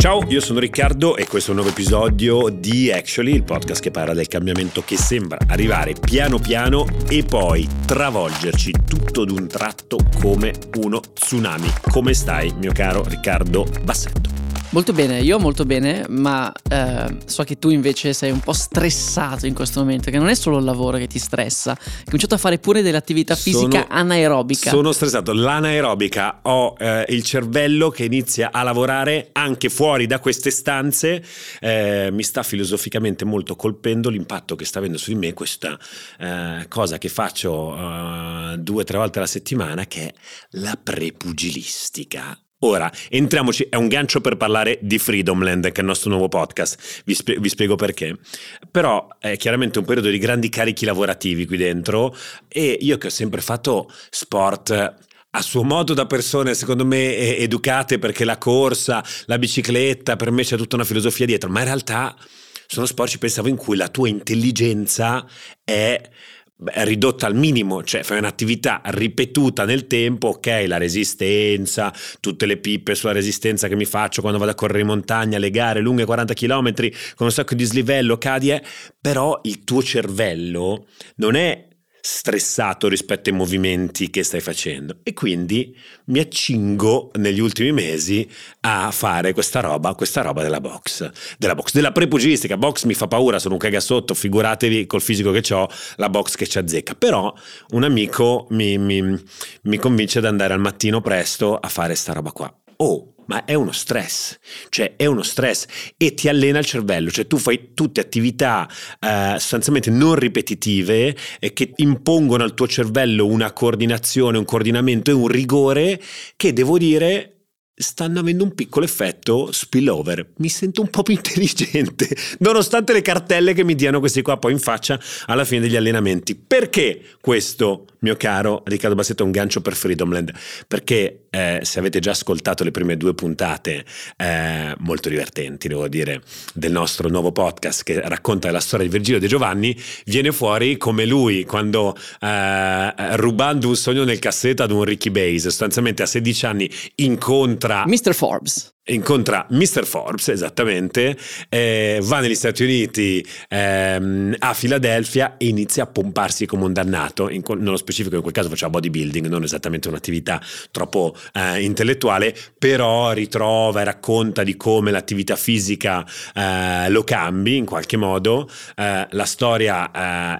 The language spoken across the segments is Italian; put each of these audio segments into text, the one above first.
Ciao, io sono Riccardo e questo è un nuovo episodio di Actually, il podcast che parla del cambiamento che sembra arrivare piano piano e poi travolgerci tutto d'un tratto come uno tsunami. Come stai, mio caro Riccardo Bassetto? Molto bene, io molto bene, ma so che tu invece sei un po' stressato in questo momento, che non è solo il lavoro che ti stressa, hai cominciato a fare pure dell'attività fisica anaerobica. Sono stressato, l'anaerobica, ho il cervello che inizia a lavorare anche fuori da queste stanze, mi sta filosoficamente molto colpendo l'impatto che sta avendo su di me questa cosa che faccio 2 o 3 volte alla settimana, che è la prepugilistica. Ora, entriamoci, è un gancio per parlare di Freedomland, che è il nostro nuovo podcast, vi spiego perché. Però è chiaramente un periodo di grandi carichi lavorativi qui dentro e io che ho sempre fatto sport a suo modo da persone secondo me educate, perché la corsa, la bicicletta, per me c'è tutta una filosofia dietro, ma in realtà sono sport, ci pensavo, in cui la tua intelligenza è ridotta al minimo, cioè fai un'attività ripetuta nel tempo, ok, la resistenza, tutte le pippe sulla resistenza che mi faccio quando vado a correre in montagna, le gare lunghe 40 km con un sacco di dislivello, cadi, però il tuo cervello non è stressato rispetto ai movimenti che stai facendo e quindi mi accingo negli ultimi mesi a fare questa roba della prepugilistica. Box mi fa paura, sono un cagassotto, figuratevi col fisico che ho, la box che ci azzecca. Però un amico mi convince ad andare al mattino presto a fare sta roba qua. Ma è uno stress, cioè è uno stress e ti allena il cervello, cioè tu fai tutte attività sostanzialmente non ripetitive che impongono al tuo cervello una coordinazione, un coordinamento e un rigore che, devo dire, stanno avendo un piccolo effetto spillover. Mi sento un po' più intelligente nonostante le cartelle che mi diano questi qua poi in faccia alla fine degli allenamenti. Perché questo, mio caro Riccardo Bassetto, è un gancio per Freedomland? Perché se avete già ascoltato le prime 2 puntate molto divertenti, devo dire, del nostro nuovo podcast che racconta la storia di Virgilio De Giovanni, viene fuori come lui, quando rubando un sogno nel cassetto ad un Ricky Base, sostanzialmente a 16 anni incontra Mr. Forbes, esattamente, va negli Stati Uniti, a Filadelfia, e inizia a pomparsi come un dannato. Nello specifico in quel caso faceva bodybuilding, non esattamente un'attività troppo intellettuale, però ritrova e racconta di come l'attività fisica lo cambi in qualche modo. La storia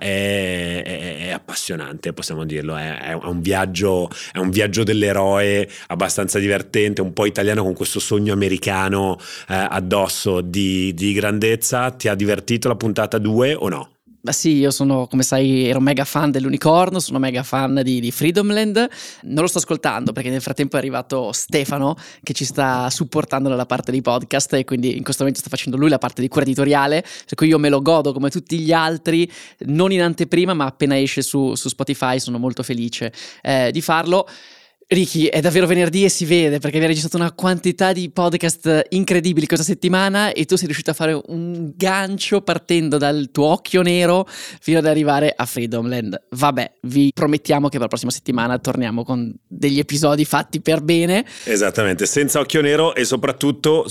è appassionante, possiamo dirlo, è un viaggio dell'eroe abbastanza divertente, un po' italiano, con questo sogno americano addosso di grandezza. Ti ha divertito la puntata 2 o no? Beh sì, io sono, come sai, ero mega fan dell'Unicorno, sono mega fan di Freedomland. Non lo sto ascoltando perché nel frattempo è arrivato Stefano che ci sta supportando nella parte dei podcast e quindi in questo momento sta facendo lui la parte di cura editoriale, per cui io me lo godo come tutti gli altri, non in anteprima ma appena esce su Spotify sono molto felice di farlo. Ricky, è davvero venerdì e si vede perché abbiamo registrato una quantità di podcast incredibili questa settimana e tu sei riuscito a fare un gancio partendo dal tuo occhio nero fino ad arrivare a Freedomland. Vabbè, vi promettiamo che per la prossima settimana torniamo con degli episodi fatti per bene. Esattamente, senza occhio nero, e soprattutto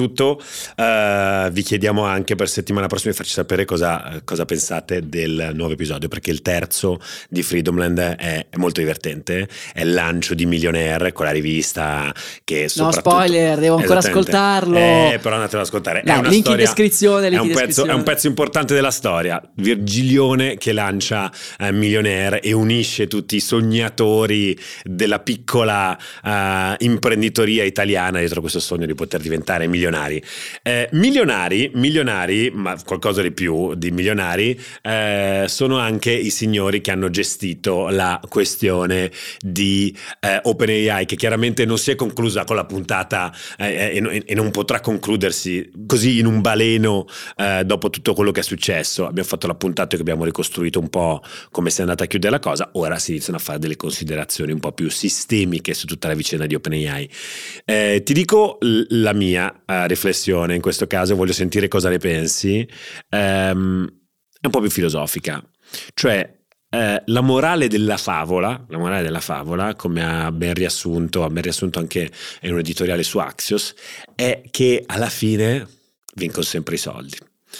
vi chiediamo anche per settimana prossima di farci sapere cosa pensate del nuovo episodio, perché il terzo di Freedomland è molto divertente, è il lancio di Millionaire con la rivista che soprattutto... No spoiler, devo ancora ascoltarlo. Però andatelo ad ascoltare. No, è una link storia, in descrizione. È un pezzo importante della storia. Virgilione che lancia Millionaire e unisce tutti i sognatori della piccola imprenditoria italiana dietro questo sogno di poter diventare milionari. Milionari, ma qualcosa di più di milionari, sono anche i signori che hanno gestito la questione di OpenAI, che chiaramente non si è conclusa con la puntata e non potrà concludersi così in un baleno dopo tutto quello che è successo. Abbiamo fatto la puntata che abbiamo ricostruito un po' come si è andata a chiudere la cosa. Ora si iniziano a fare delle considerazioni un po' più sistemiche su tutta la vicenda di OpenAI. Ti dico la mia riflessione in questo caso, voglio sentire cosa ne pensi. È un po' più filosofica, cioè la morale della favola, come ha ben riassunto anche in un editoriale su Axios, è che alla fine vincono sempre i soldi.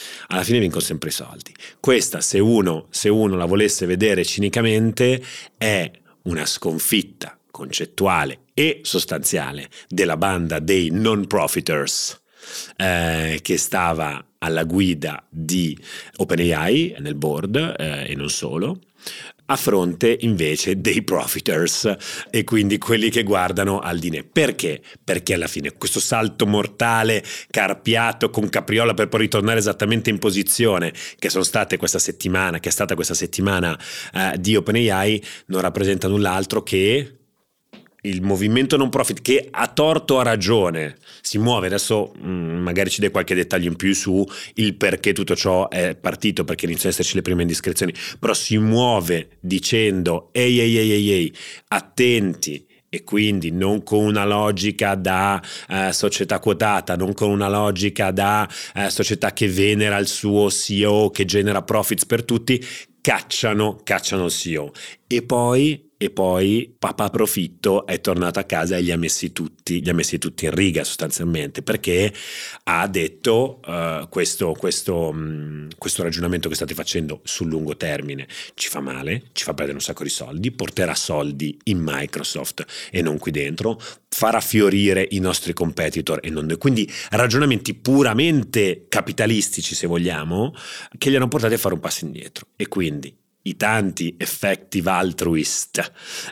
Questa, se uno la volesse vedere cinicamente, è una sconfitta concettuale e sostanziale della banda dei non-profiters che stava alla guida di OpenAI nel board e non solo, a fronte invece dei profiters e quindi quelli che guardano al dinè. Perché? Perché alla fine questo salto mortale carpiato con capriola per poi ritornare esattamente in posizione che è stata questa settimana di OpenAI non rappresenta null'altro che il movimento non profit, che a torto o a ragione si muove. Adesso magari ci dai qualche dettaglio in più su il perché tutto ciò è partito, perché iniziano ad esserci le prime indiscrezioni, però si muove dicendo ehi, attenti, e quindi non con una logica da società quotata, non con una logica da società che venera il suo CEO, che genera profits per tutti, cacciano il CEO. E poi papà Profitto è tornato a casa e li ha messi tutti in riga sostanzialmente, perché ha detto questo ragionamento che state facendo sul lungo termine ci fa male, ci fa perdere un sacco di soldi, porterà soldi in Microsoft e non qui dentro, farà fiorire i nostri competitor e non noi. Quindi ragionamenti puramente capitalistici, se vogliamo, che li hanno portati a fare un passo indietro. E quindi i tanti effective altruist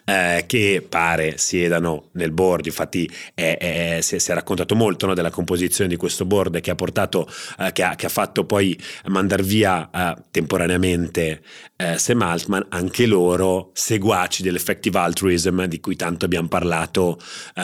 che pare siedano nel board, infatti si è raccontato molto, no, della composizione di questo board che ha portato, che ha fatto poi mandar via temporaneamente Sam Altman, anche loro seguaci dell'effective altruism di cui tanto abbiamo parlato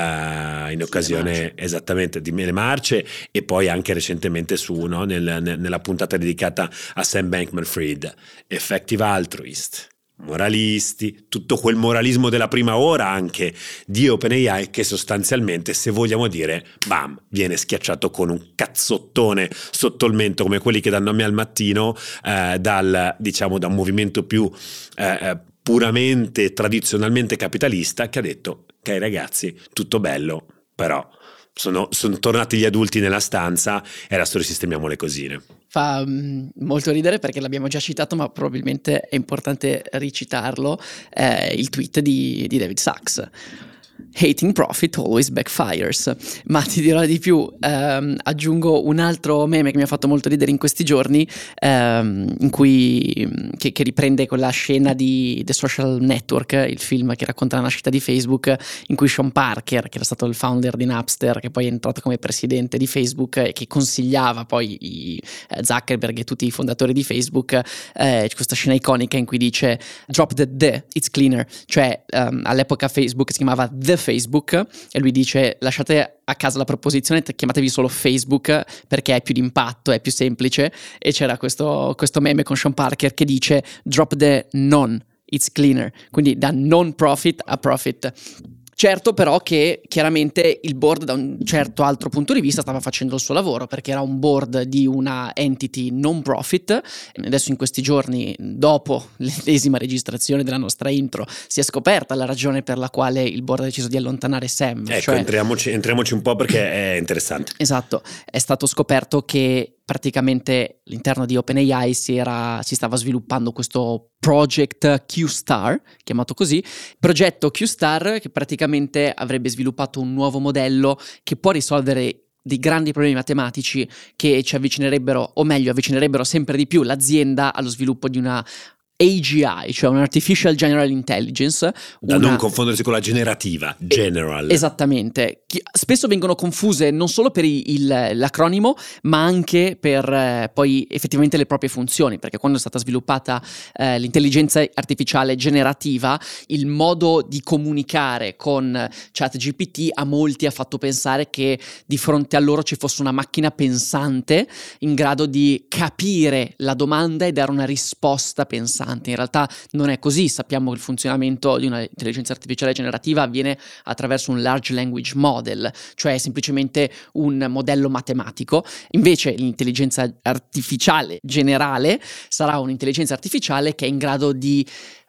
in occasione esattamente di Mele Marce e poi anche recentemente nella puntata dedicata a Sam Bankman-Fried. Effective altruist, moralisti, tutto quel moralismo della prima ora anche di OpenAI che sostanzialmente, se vogliamo dire, bam, viene schiacciato con un cazzottone sotto il mento, come quelli che danno a me al mattino da un movimento più puramente tradizionalmente capitalista, che ha detto: ok ragazzi, tutto bello, però sono tornati gli adulti nella stanza e adesso risistemiamo le cosine. Fa molto ridere perché l'abbiamo già citato, ma probabilmente è importante ricitarlo, il tweet di David Sachs. Hating profit always backfires. Ma ti dirò di più, aggiungo un altro meme che mi ha fatto molto ridere in questi giorni, in cui che riprende quella scena di The Social Network, il film che racconta la nascita di Facebook, in cui Sean Parker, che era stato il founder di Napster, che poi è entrato come presidente di Facebook e che consigliava poi Zuckerberg e tutti i fondatori di Facebook, c'è questa scena iconica in cui dice drop the it's cleaner, cioè all'epoca Facebook si chiamava The Facebook e lui dice lasciate a casa la proposizione, chiamatevi solo Facebook perché è più d'impatto, è più semplice, e c'era questo meme con Sean Parker che dice drop the non, it's cleaner, quindi da non profit a profit. Certo però che chiaramente il board da un certo altro punto di vista stava facendo il suo lavoro, perché era un board di una entity non profit. Adesso in questi giorni, dopo l'ennesima registrazione della nostra intro, si è scoperta la ragione per la quale il board ha deciso di allontanare Sam. Ecco, entriamoci un po' perché è interessante. Esatto, è stato scoperto che praticamente all'interno di OpenAI si stava sviluppando questo Project Q-Star, chiamato così, progetto Q-Star, che praticamente avrebbe sviluppato un nuovo modello che può risolvere dei grandi problemi matematici che ci avvicinerebbero sempre di più l'azienda allo sviluppo di una AGI, cioè un Artificial General Intelligence. Da non confondersi con la generativa, general. Esattamente. Spesso vengono confuse non solo per l'acronimo, ma anche per poi effettivamente le proprie funzioni, perché quando è stata sviluppata l'intelligenza artificiale generativa, il modo di comunicare con ChatGPT a molti ha fatto pensare che di fronte a loro ci fosse una macchina pensante in grado di capire la domanda e dare una risposta pensante. In realtà non è così, sappiamo che il funzionamento di un'intelligenza artificiale generativa avviene attraverso un large language model, cioè semplicemente un modello matematico. Invece l'intelligenza artificiale generale sarà un'intelligenza artificiale che è in grado di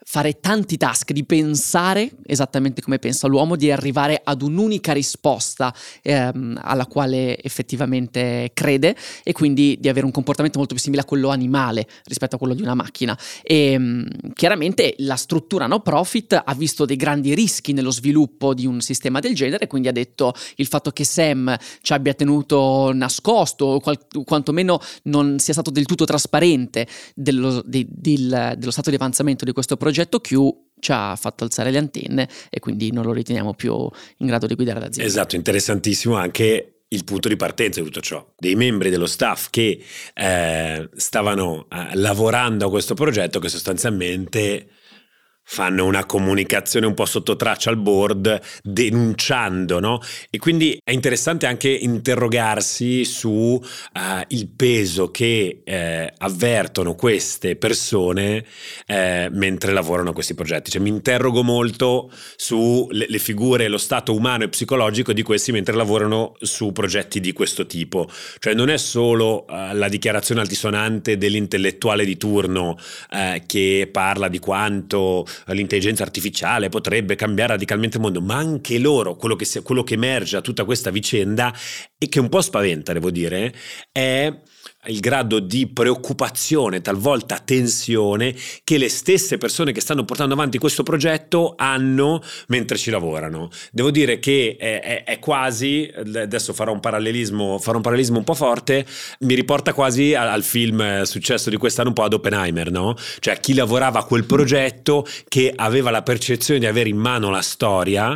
fare tanti task, di pensare esattamente come pensa l'uomo, di arrivare ad un'unica risposta alla quale effettivamente crede, e quindi di avere un comportamento molto più simile a quello animale rispetto a quello di una macchina. E chiaramente la struttura no profit ha visto dei grandi rischi nello sviluppo di un sistema del genere, quindi ha detto il fatto che Sam ci abbia tenuto nascosto o quantomeno non sia stato del tutto trasparente dello stato di avanzamento di questo progetto Q ci ha fatto alzare le antenne, e quindi non lo riteniamo più in grado di guidare l'azienda. Esatto, interessantissimo anche il punto di partenza di tutto ciò, dei membri dello staff che stavano lavorando a questo progetto, che sostanzialmente fanno una comunicazione un po' sotto traccia al board denunciando, no? E quindi è interessante anche interrogarsi su il peso che avvertono queste persone mentre lavorano a questi progetti. Cioè mi interrogo molto su le figure, lo stato umano e psicologico di questi mentre lavorano su progetti di questo tipo. Cioè non è solo la dichiarazione altisonante dell'intellettuale di turno che parla di quanto l'intelligenza artificiale potrebbe cambiare radicalmente il mondo, ma anche loro, quello che emerge da tutta questa vicenda e che un po' spaventa, devo dire, è il grado di preoccupazione, talvolta tensione, che le stesse persone che stanno portando avanti questo progetto hanno mentre ci lavorano. Devo dire che è quasi, adesso farò un parallelismo un po' forte, mi riporta quasi al film successo di quest'anno, un po' ad Oppenheimer, no? Cioè chi lavorava a quel progetto, che aveva la percezione di avere in mano la storia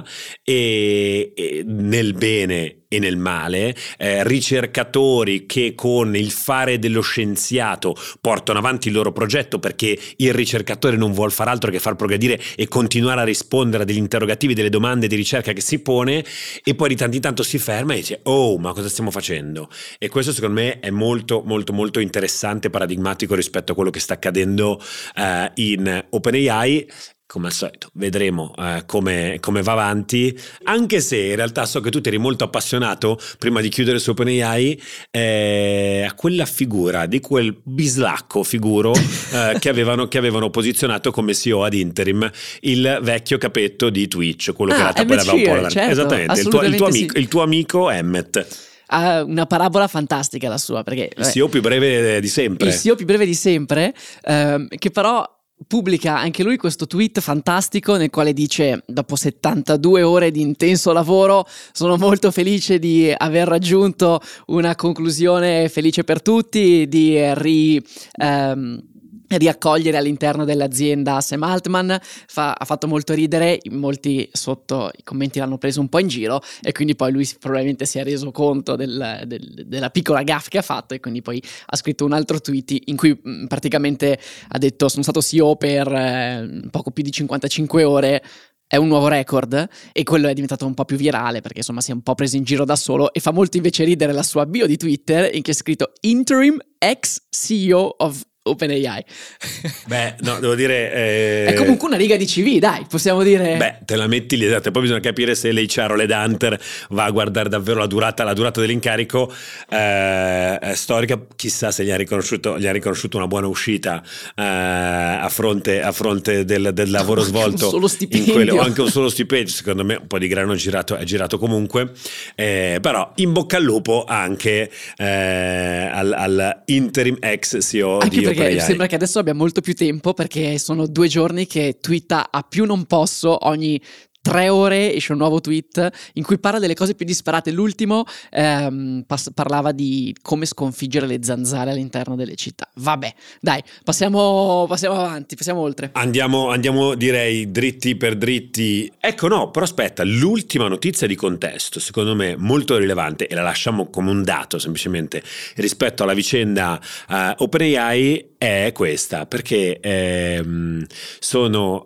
e nel bene e nel male, ricercatori che con il fare dello scienziato portano avanti il loro progetto, perché il ricercatore non vuol far altro che far progredire e continuare a rispondere a degli interrogativi, delle domande di ricerca che si pone, e poi di tanto in tanto si ferma e dice oh, ma cosa stiamo facendo? E questo secondo me è molto molto molto interessante, paradigmatico rispetto a quello che sta accadendo in OpenAI. Come al solito vedremo come va avanti, anche se in realtà so che tu ti eri molto appassionato prima di chiudere su OpenAI a quella figura di quel bislacco che avevano posizionato come CEO ad interim, il vecchio capetto di Twitch, quello che in realtà poi aveva un po' certo, esattamente il tuo amico Emmet. Una parabola fantastica la sua, perché il CEO più breve di sempre, che però pubblica anche lui questo tweet fantastico nel quale dice: dopo 72 ore di intenso lavoro sono molto felice di aver raggiunto una conclusione felice per tutti, di riaccogliere all'interno dell'azienda Sam Altman. Ha fatto molto ridere, molti sotto i commenti l'hanno preso un po' in giro, e quindi poi lui probabilmente si è reso conto della piccola gaffe che ha fatto, e quindi poi ha scritto un altro tweet in cui praticamente ha detto: sono stato CEO per poco più di 55 ore, è un nuovo record. E quello è diventato un po' più virale perché insomma si è un po' preso in giro da solo, e fa molto invece ridere la sua bio di Twitter in cui è scritto interim ex CEO of OpenAI. Beh, no, devo dire è comunque una riga di CV, dai, possiamo dire. Beh, te la metti lì, esatto. Poi bisogna capire se l'HR o l'Headhunter va a guardare davvero la durata dell'incarico storica. Chissà se gli ha riconosciuto una buona uscita a fronte del lavoro svolto, solo stipendio. Anche un solo stipendio. Secondo me un po' di grano è girato comunque, però in bocca al lupo anche al interim ex CEO anche di perché OpenAI. sembra che adesso abbia molto più tempo, perché sono 2 giorni che twitta a più non posso. Ogni 3 ore esce un nuovo tweet in cui parla delle cose più disparate. L'ultimo parlava di come sconfiggere le zanzare all'interno delle città. Vabbè, dai, passiamo avanti, passiamo oltre. Andiamo direi dritti per dritti. Ecco, no, però aspetta, l'ultima notizia di contesto, secondo me molto rilevante, e la lasciamo come un dato semplicemente rispetto alla vicenda OpenAI, è questa, perché sono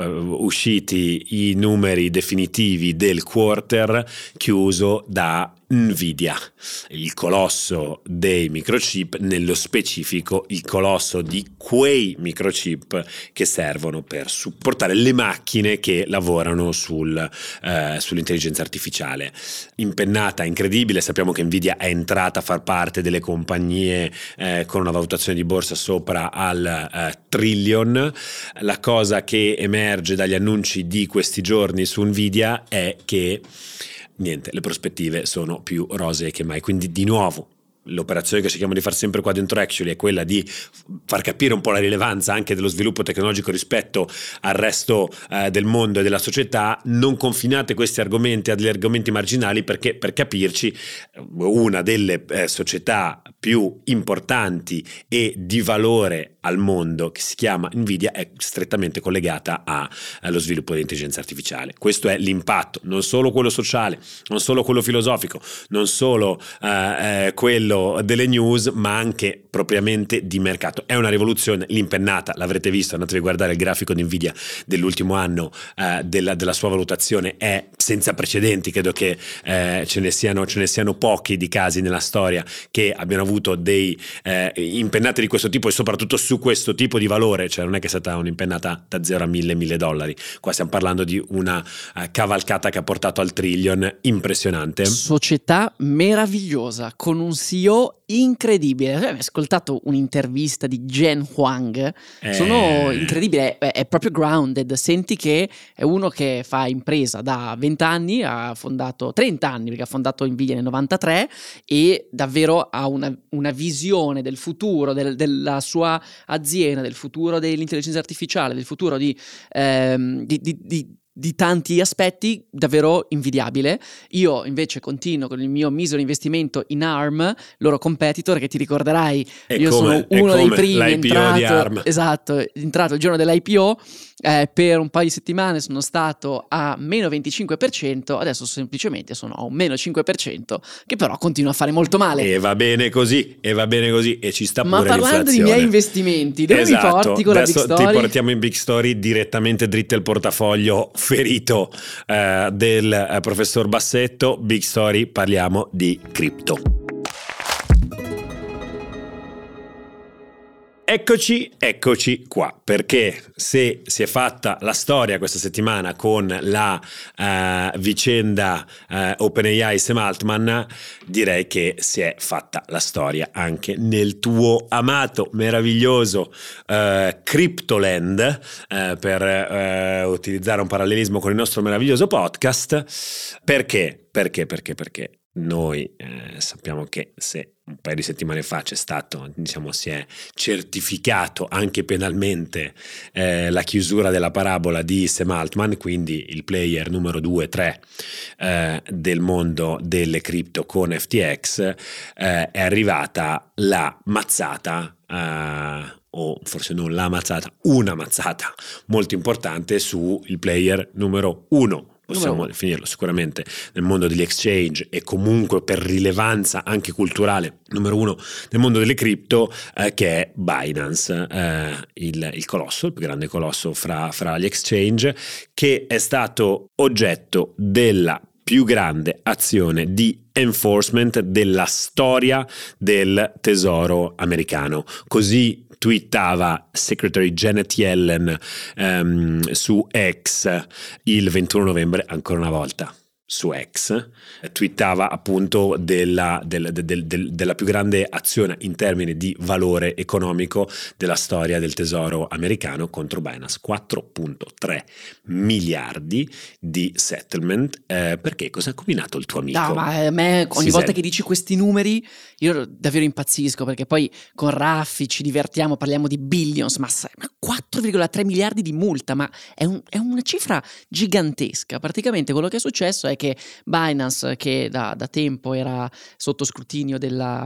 usciti i numeri definitivi del quarter chiuso da Nvidia, il colosso dei microchip, nello specifico il colosso di quei microchip che servono per supportare le macchine che lavorano sull'intelligenza artificiale. Impennata incredibile, sappiamo che Nvidia è entrata a far parte delle compagnie con una valutazione di borsa sopra al trillion. La cosa che emerge dagli annunci di questi giorni su Nvidia è che le prospettive sono più rosee che mai, quindi di nuovo l'operazione che cerchiamo di fare sempre qua dentro Actually è quella di far capire un po' la rilevanza anche dello sviluppo tecnologico rispetto al resto del mondo e della società. Non confinate questi argomenti a degli argomenti marginali, perché per capirci una delle società più importanti e di valore al mondo, che si chiama Nvidia, è strettamente collegata allo sviluppo dell'intelligenza artificiale. Questo è l'impatto, non solo quello sociale, non solo quello filosofico, non solo quello delle news, ma anche propriamente di mercato. È una rivoluzione. L'impennata, l'avrete visto, andatevi a guardare il grafico di Nvidia dell'ultimo anno, della sua valutazione è senza precedenti. Credo che ce ne siano pochi di casi nella storia che abbiano avuto dei impennate di questo tipo, e soprattutto su questo tipo di valore. Cioè non è che è stata un'impennata da 0 a $1.000, qua stiamo parlando di una cavalcata che ha portato al trillion. Impressionante. Società meravigliosa, con un CEO incredibile. Ho ascoltato un'intervista di Jen Huang, sono incredibile, è proprio grounded. Senti che è uno che fa impresa da 20 anni, ha fondato 30 anni perché ha fondato Nvidia nel 93, e davvero ha una visione del futuro della sua azienda, del futuro dell'intelligenza artificiale, del futuro di tanti aspetti davvero invidiabile. Io invece continuo con il mio misero investimento in ARM, loro competitor, che ti ricorderai sono uno dei primi l'IPO di ARM. Esatto, entrato il giorno dell'IPO, per un paio di settimane sono stato a meno 25%, adesso semplicemente sono a un meno 5%, che però continua a fare molto male. E va bene così, e ci sta pure l'inflazione. Ma parlando di miei investimenti, dove mi porti con la Big Story? Ti portiamo in Big Story direttamente dritte al portafoglio ferito del professor Bassetto. Big Story, parliamo di cripto. Eccoci qua, perché se si è fatta la storia questa settimana con la vicenda OpenAI Sam Altman, direi che si è fatta la storia anche nel tuo amato, meraviglioso Cryptoland, per utilizzare un parallelismo con il nostro meraviglioso podcast. Perché? Noi sappiamo che se un paio di settimane fa si è certificato anche penalmente la chiusura della parabola di Sam Altman, quindi il player numero 2-3 del mondo delle cripto con FTX, è arrivata la mazzata, o forse non la mazzata, una mazzata molto importante su il player numero 1. Possiamo definirlo sicuramente nel mondo degli exchange, e comunque per rilevanza anche culturale numero 1 nel mondo delle cripto, che è Binance, il colosso, il più grande colosso fra gli exchange, che è stato oggetto della più grande azione di enforcement della storia del tesoro americano. Così twittava Secretary Janet Yellen su X il 21 novembre, ancora una volta su X, twittava appunto della più grande azione in termini di valore economico della storia del tesoro americano contro Binance. 4.3 miliardi di settlement. Perché? Cosa ha combinato il tuo amico? No, ma a me ogni volta che dici questi numeri io davvero impazzisco, perché poi con Raffi ci divertiamo, parliamo di billions, ma 4,3 miliardi di multa, ma è una cifra gigantesca. Praticamente quello che è successo è che Binance, che da tempo era sotto scrutinio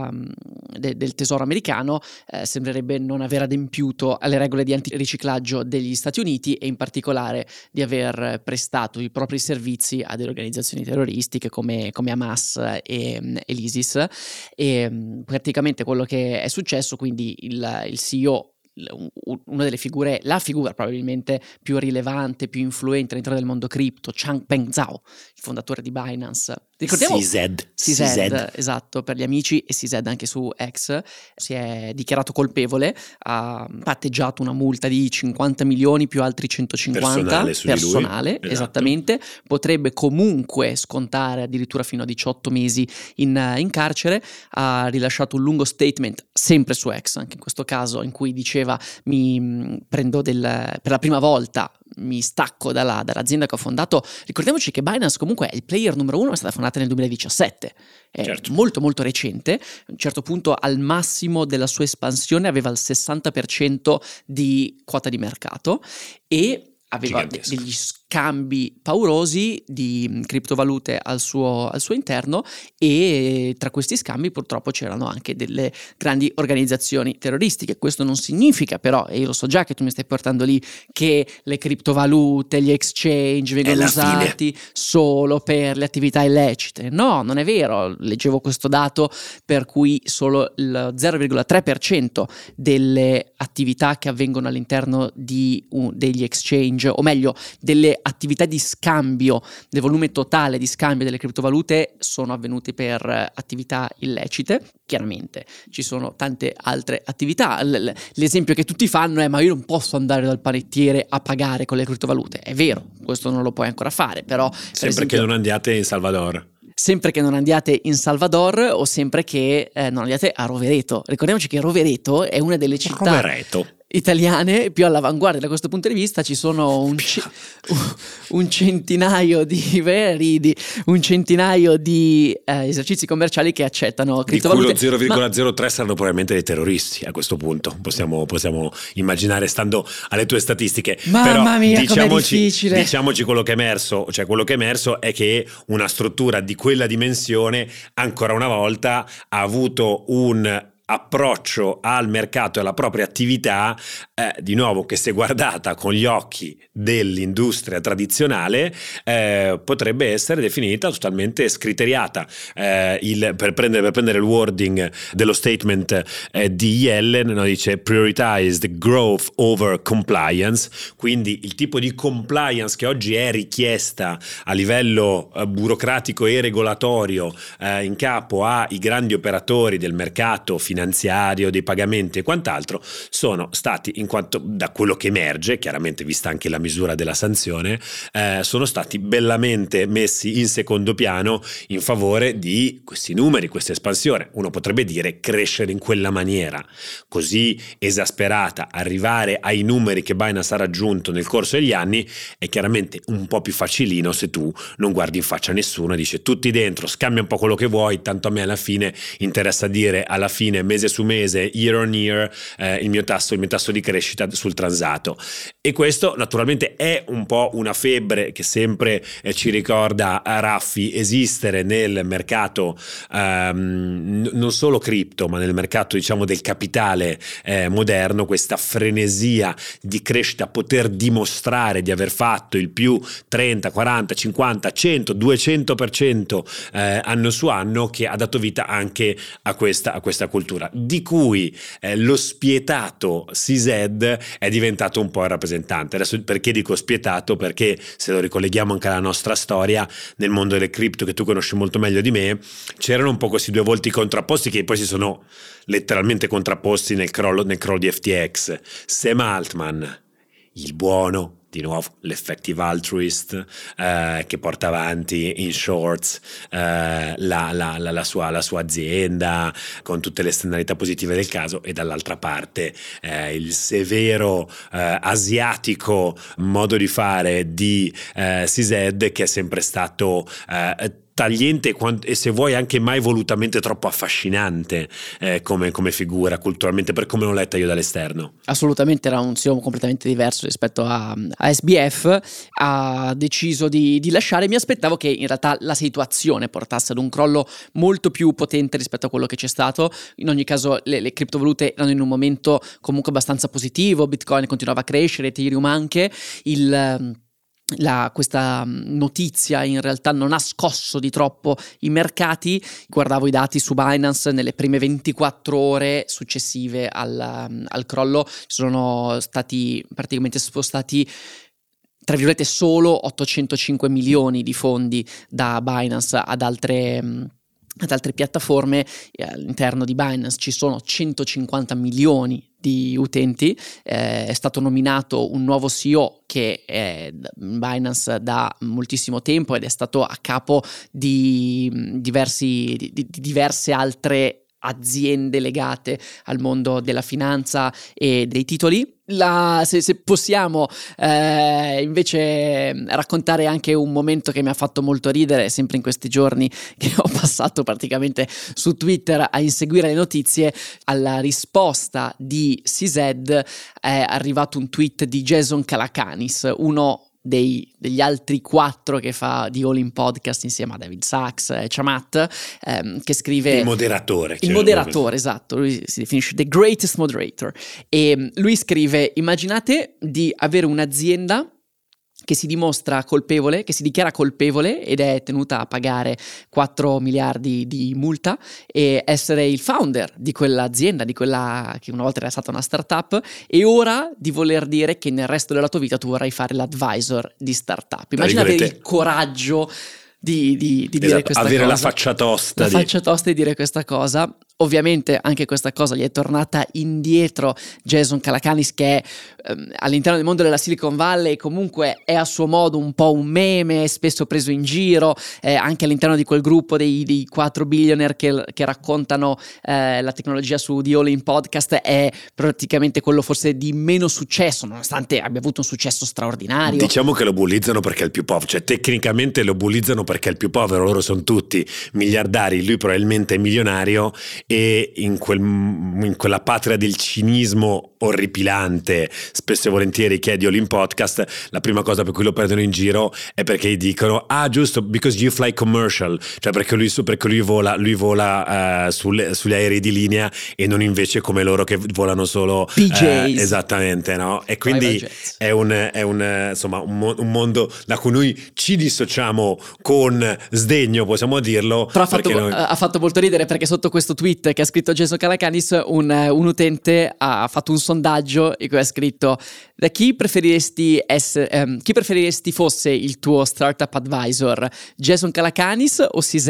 del tesoro americano, sembrerebbe non aver adempiuto alle regole di antiriciclaggio degli Stati Uniti, e in particolare di aver prestato i propri servizi a delle organizzazioni terroristiche come Hamas e l'ISIS. E praticamente quello che è successo, quindi il CEO, una delle figure, la figura probabilmente più rilevante, più influente all'interno del mondo cripto, Changpeng Zhao, il fondatore di Binance, Ricordiamo CZ, esatto, per gli amici, e CZ anche su X si è dichiarato colpevole, ha patteggiato una multa di 50 milioni più altri 150 personale, esatto. Esattamente, potrebbe comunque scontare addirittura fino a 18 mesi in carcere. Ha rilasciato un lungo statement sempre su X, anche in questo caso, in cui diceva per la prima volta mi stacco dall'azienda che ho fondato. Ricordiamoci che Binance comunque è il player numero 1, è stata fondata nel 2017, è certo. molto molto recente. A un certo punto, al massimo della sua espansione, aveva il 60% di quota di mercato e aveva degli scambi paurosi di criptovalute al suo interno, e tra questi scambi purtroppo c'erano anche delle grandi organizzazioni terroristiche. Questo non significa però, e io lo so già che tu mi stai portando lì, che le criptovalute, gli exchange vengono usati solo per le attività illecite. No, non è vero. Leggevo questo dato per cui solo il 0,3% delle attività che avvengono all'interno degli exchange, o meglio delle attività di scambio, del volume totale di scambio delle criptovalute, sono avvenute per attività illecite. Chiaramente ci sono tante altre attività. L'esempio che tutti fanno è: ma io non posso andare dal panettiere a pagare con le criptovalute. È vero, questo non lo puoi ancora fare, però sempre che non andiate in Salvador. Sempre che non andiate in Salvador, o sempre che non andiate a Rovereto. Ricordiamoci che Rovereto è una delle città italiane più all'avanguardia da questo punto di vista. Ci sono un centinaio di esercizi commerciali che accettano criptovalute, di cui lo 0,03 saranno probabilmente dei terroristi. A questo punto possiamo immaginare, stando alle tue statistiche. Mamma mia, com'è difficile. Diciamoci quello che è emerso. Cioè, quello che è emerso è che una struttura di quella dimensione ancora una volta ha avuto un approccio al mercato e alla propria attività, di nuovo, che se guardata con gli occhi dell'industria tradizionale potrebbe essere definita totalmente scriteriata. Per prendere il wording dello statement di Yellen, dice prioritized growth over compliance, quindi il tipo di compliance che oggi è richiesta a livello burocratico e regolatorio in capo ai grandi operatori del mercato finanziario, dei pagamenti e quant'altro, sono stati, in quanto da quello che emerge, chiaramente vista anche la misura della sanzione, sono stati bellamente messi in secondo piano in favore di questi numeri, questa espansione. Uno potrebbe dire crescere in quella maniera così esasperata, arrivare ai numeri che Binance ha raggiunto nel corso degli anni, è chiaramente un po' più facilino se tu non guardi in faccia a nessuno e dici tutti dentro, scambia un po' quello che vuoi, tanto a me alla fine interessa dire alla fine mese su mese, year on year, il mio tasso di crescita sul transato. E questo naturalmente è un po' una febbre che sempre ci ricorda a Raffi esistere nel mercato non solo cripto, ma nel mercato, diciamo, del capitale moderno, questa frenesia di crescita, poter dimostrare di aver fatto il più 30, 40, 50, 100, 200% anno su anno, che ha dato vita anche a questa cultura, di cui lo spietato CZ è diventato un po' il rappresentante. Adesso perché dico spietato? Perché se lo ricolleghiamo anche alla nostra storia, nel mondo delle cripto, che tu conosci molto meglio di me, c'erano un po' questi due volti contrapposti che poi si sono letteralmente contrapposti nel crollo di FTX. Sam Altman, il buono, di nuovo l'effective altruist, che porta avanti in shorts la sua azienda con tutte le esternalità positive del caso, e dall'altra parte il severo asiatico modo di fare di CZ, che è sempre stato tagliente e se vuoi anche mai volutamente troppo affascinante come figura culturalmente, per come l'ho letta io dall'esterno. Assolutamente, era un CEO completamente diverso rispetto a SBF. Ha deciso di lasciare. Mi aspettavo che in realtà la situazione portasse ad un crollo molto più potente rispetto a quello che c'è stato. In ogni caso le criptovalute erano in un momento comunque abbastanza positivo, Bitcoin continuava a crescere, Ethereum anche. Questa notizia in realtà non ha scosso di troppo i mercati. Guardavo i dati su Binance, nelle prime 24 ore successive al crollo sono stati praticamente spostati tra virgolette solo 805 milioni di fondi da Binance ad altre piattaforme. All'interno di Binance ci sono 150 milioni di utenti. È stato nominato un nuovo CEO che è Binance da moltissimo tempo ed è stato a capo di diverse altre aziende legate al mondo della finanza e dei titoli. Se possiamo invece raccontare anche un momento che mi ha fatto molto ridere sempre in questi giorni, che ho passato praticamente su Twitter a inseguire le notizie. Alla risposta di CZ è arrivato un tweet di Jason Calacanis, uno degli altri 4 che fa di All In Podcast insieme a David Sachs e Chamath, che scrive il moderatore, esatto, lui si definisce the greatest moderator, e lui scrive: immaginate di avere un'azienda che si dimostra colpevole, che si dichiara colpevole ed è tenuta a pagare 4 miliardi di multa, e essere il founder di quell'azienda, di quella che una volta era stata una startup, e ora di voler dire che nel resto della tua vita tu vorrai fare l'advisor di startup. Immagina avere il coraggio di dire questa avere cosa, la faccia tosta di dire questa cosa. Ovviamente anche questa cosa gli è tornata indietro Jason Calacanis, che è all'interno del mondo della Silicon Valley comunque è a suo modo un po' un meme, spesso preso in giro, anche all'interno di quel gruppo dei 4 billionaire che raccontano la tecnologia su The All In Podcast. È praticamente quello forse di meno successo, nonostante abbia avuto un successo straordinario. Diciamo che lo bullizzano perché è il più povero, cioè tecnicamente lo bullizzano perché è il più povero, loro sono tutti miliardari, lui probabilmente è milionario, e in quella patria del cinismo orripilante spesso e volentieri che è di All In Podcast, la prima cosa per cui lo prendono in giro è perché gli dicono giusto, because you fly commercial, cioè perché lui vola sugli aerei di linea e non invece come loro che volano solo PJs. Esattamente, no? E quindi è un mondo da cui noi ci dissociamo con sdegno, possiamo dirlo. Però ha fatto molto ridere, perché sotto questo tweet che ha scritto Jason Calacanis un utente ha fatto un sondaggio in cui ha scritto: da chi preferiresti fosse il tuo startup advisor, Jason Calacanis o CZ?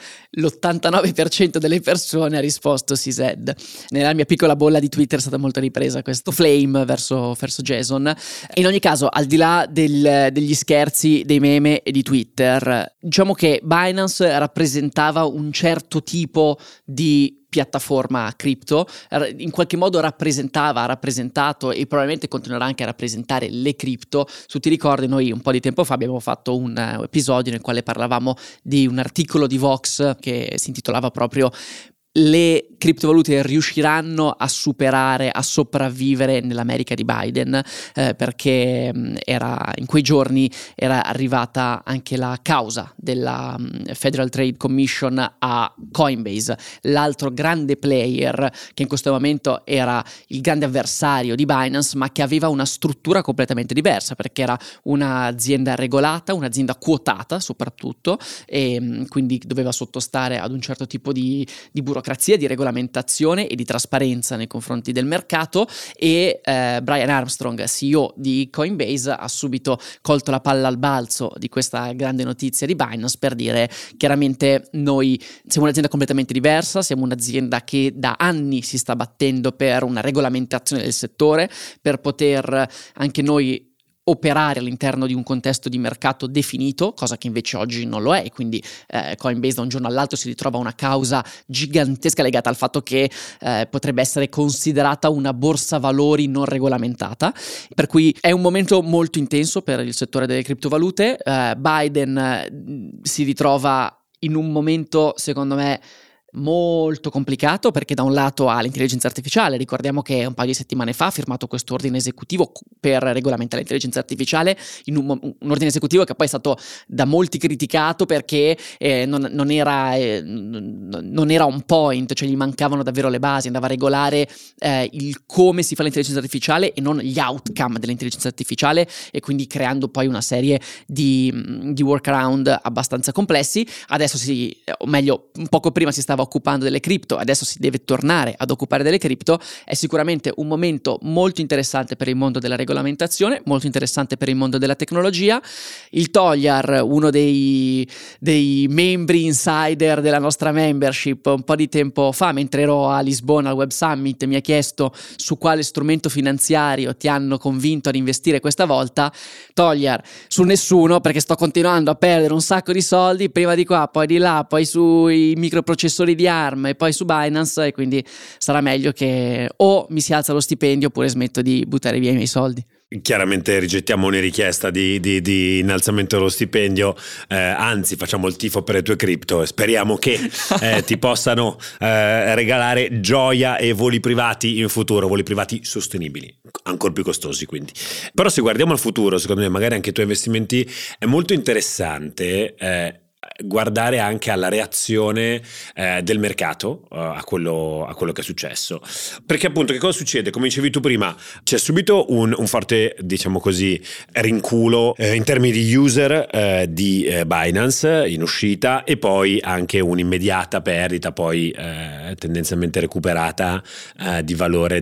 L'89% delle persone ha risposto CZ. Nella mia piccola bolla di Twitter è stata molto ripresa questo flame verso Jason. In ogni caso, al di là degli scherzi, dei meme e di Twitter, diciamo che Binance rappresentava un certo tipo di piattaforma cripto, in qualche modo ha rappresentato e probabilmente continuerà anche a rappresentare le cripto. Se ti ricordi, noi un po' di tempo fa abbiamo fatto un episodio nel quale parlavamo di un articolo di Vox che si intitolava proprio le criptovalute riusciranno a sopravvivere nell'America di Biden, perché in quei giorni era arrivata anche la causa della Federal Trade Commission a Coinbase, l'altro grande player che in questo momento era il grande avversario di Binance, ma che aveva una struttura completamente diversa, perché era un'azienda regolata, un'azienda quotata soprattutto, e quindi doveva sottostare ad un certo tipo di burocrazia, di regolamentazione e di trasparenza nei confronti del mercato. E Brian Armstrong, CEO di Coinbase, ha subito colto la palla al balzo di questa grande notizia di Binance per dire: chiaramente noi siamo un'azienda completamente diversa, siamo un'azienda che da anni si sta battendo per una regolamentazione del settore, per poter anche noi operare all'interno di un contesto di mercato definito, cosa che invece oggi non lo è, e quindi Coinbase da un giorno all'altro si ritrova una causa gigantesca legata al fatto che potrebbe essere considerata una borsa valori non regolamentata, per cui è un momento molto intenso per il settore delle criptovalute. Biden si ritrova in un momento, secondo me, molto complicato, perché da un lato ha l'intelligenza artificiale. Ricordiamo che un paio di settimane fa ha firmato questo ordine esecutivo per regolamentare l'intelligenza artificiale, in un ordine esecutivo che poi è stato da molti criticato perché non era on point, cioè gli mancavano davvero le basi, andava a regolare il come si fa l'intelligenza artificiale e non gli outcome dell'intelligenza artificiale, e quindi creando poi una serie di workaround abbastanza complessi. Adesso o meglio, un poco prima si stava occupando delle cripto, adesso si deve tornare ad occupare delle cripto, è sicuramente un momento molto interessante per il mondo della regolamentazione, molto interessante per il mondo della tecnologia. Il Togliar, uno dei membri insider della nostra membership, un po' di tempo fa, mentre ero a Lisbona al Web Summit, mi ha chiesto su quale strumento finanziario ti hanno convinto ad investire questa volta. Togliar, su nessuno, perché sto continuando a perdere un sacco di soldi, prima di qua, poi di là, poi sui microprocessori di ARM e poi su Binance, e quindi sarà meglio che o mi si alza lo stipendio oppure smetto di buttare via i miei soldi. Chiaramente rigettiamo ogni richiesta di innalzamento dello stipendio, anzi facciamo il tifo per le tue cripto e speriamo che ti possano regalare gioia e voli privati in futuro, voli privati sostenibili, ancora più costosi quindi. Però se guardiamo al futuro, secondo me magari anche i tuoi investimenti, è molto interessante guardare anche alla reazione del mercato a quello che è successo, perché appunto che cosa succede? Come dicevi tu prima, c'è subito un forte, diciamo così, rinculo in termini di user di Binance in uscita, e poi anche un'immediata perdita poi tendenzialmente recuperata di valore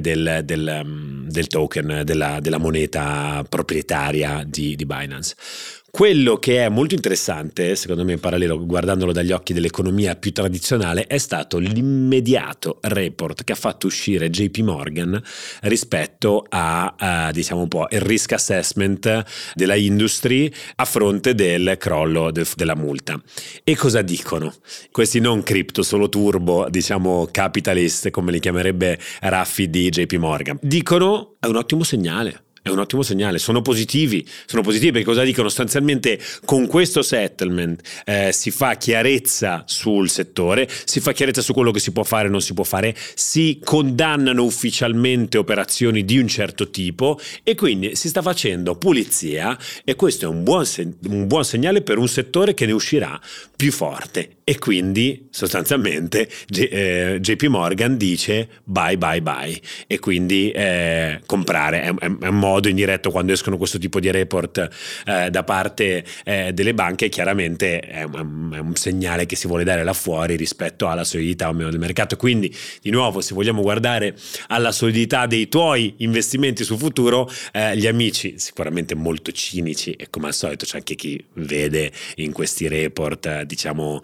del token, della moneta proprietaria di Binance. Quello che è molto interessante, secondo me in parallelo, guardandolo dagli occhi dell'economia più tradizionale, è stato l'immediato report che ha fatto uscire JP Morgan rispetto a diciamo un po' il risk assessment della industry a fronte del crollo della multa. E cosa dicono? Questi non cripto, solo turbo, diciamo capitalist, come li chiamerebbe Raffi di JP Morgan. Dicono è un ottimo segnale. È un ottimo segnale, sono positivi perché cosa dicono? Sostanzialmente con questo settlement si fa chiarezza sul settore, si fa chiarezza su quello che si può fare e non si può fare, si condannano ufficialmente operazioni di un certo tipo e quindi si sta facendo pulizia, e questo è un buon segnale per un settore che ne uscirà più forte. E quindi sostanzialmente JP Morgan dice bye bye bye, e quindi comprare è un modo indiretto, quando escono questo tipo di report da parte delle banche, chiaramente è un segnale che si vuole dare là fuori rispetto alla solidità o meno del mercato. Quindi di nuovo, se vogliamo guardare alla solidità dei tuoi investimenti sul futuro, gli amici sicuramente molto cinici, e come al solito c'è anche chi vede in questi report diciamo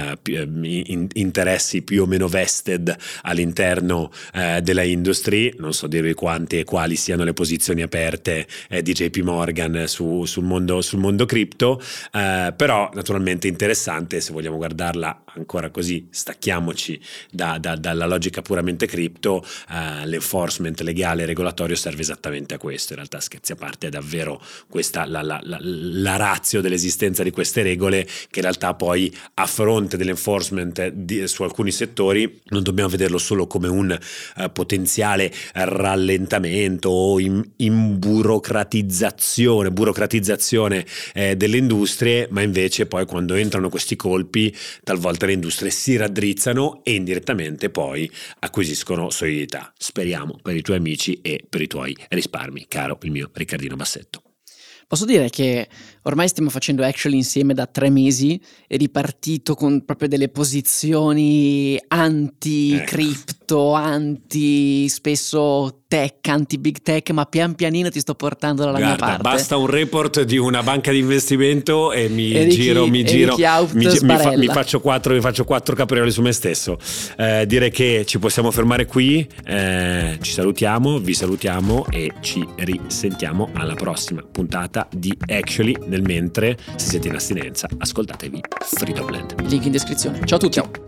interessi più o meno vested all'interno della industry. Non so dirvi quante e quali siano le posizioni aperte di JP Morgan sul mondo cripto, però naturalmente interessante. Se vogliamo guardarla ancora così, stacchiamoci dalla logica puramente cripto, l'enforcement legale e regolatorio serve esattamente a questo. In realtà, scherzi a parte, è davvero questa la ratio dell'esistenza di queste regole, che in realtà poi a fronte dell'enforcement su alcuni settori non dobbiamo vederlo solo come un potenziale rallentamento o burocratizzazione delle industrie, ma invece poi quando entrano questi colpi talvolta le industrie si raddrizzano e indirettamente poi acquisiscono solidità. Speriamo per i tuoi amici e per i tuoi risparmi, caro il mio Riccardino Bassetto. Posso dire che ormai stiamo facendo Actually insieme da 3 mesi, è ripartito con proprio delle posizioni anti-cripto, spesso tech, anti-big tech, ma pian pianino ti sto portando dalla mia parte. Basta un report di una banca di investimento e mi faccio 4 capriole su me stesso. Direi che ci possiamo fermare qui, ci salutiamo, vi salutiamo e ci risentiamo alla prossima puntata di Actually. Nel mentre, se siete in astinenza, ascoltatevi Freedomland. Link in descrizione. Ciao a tutti. Ciao.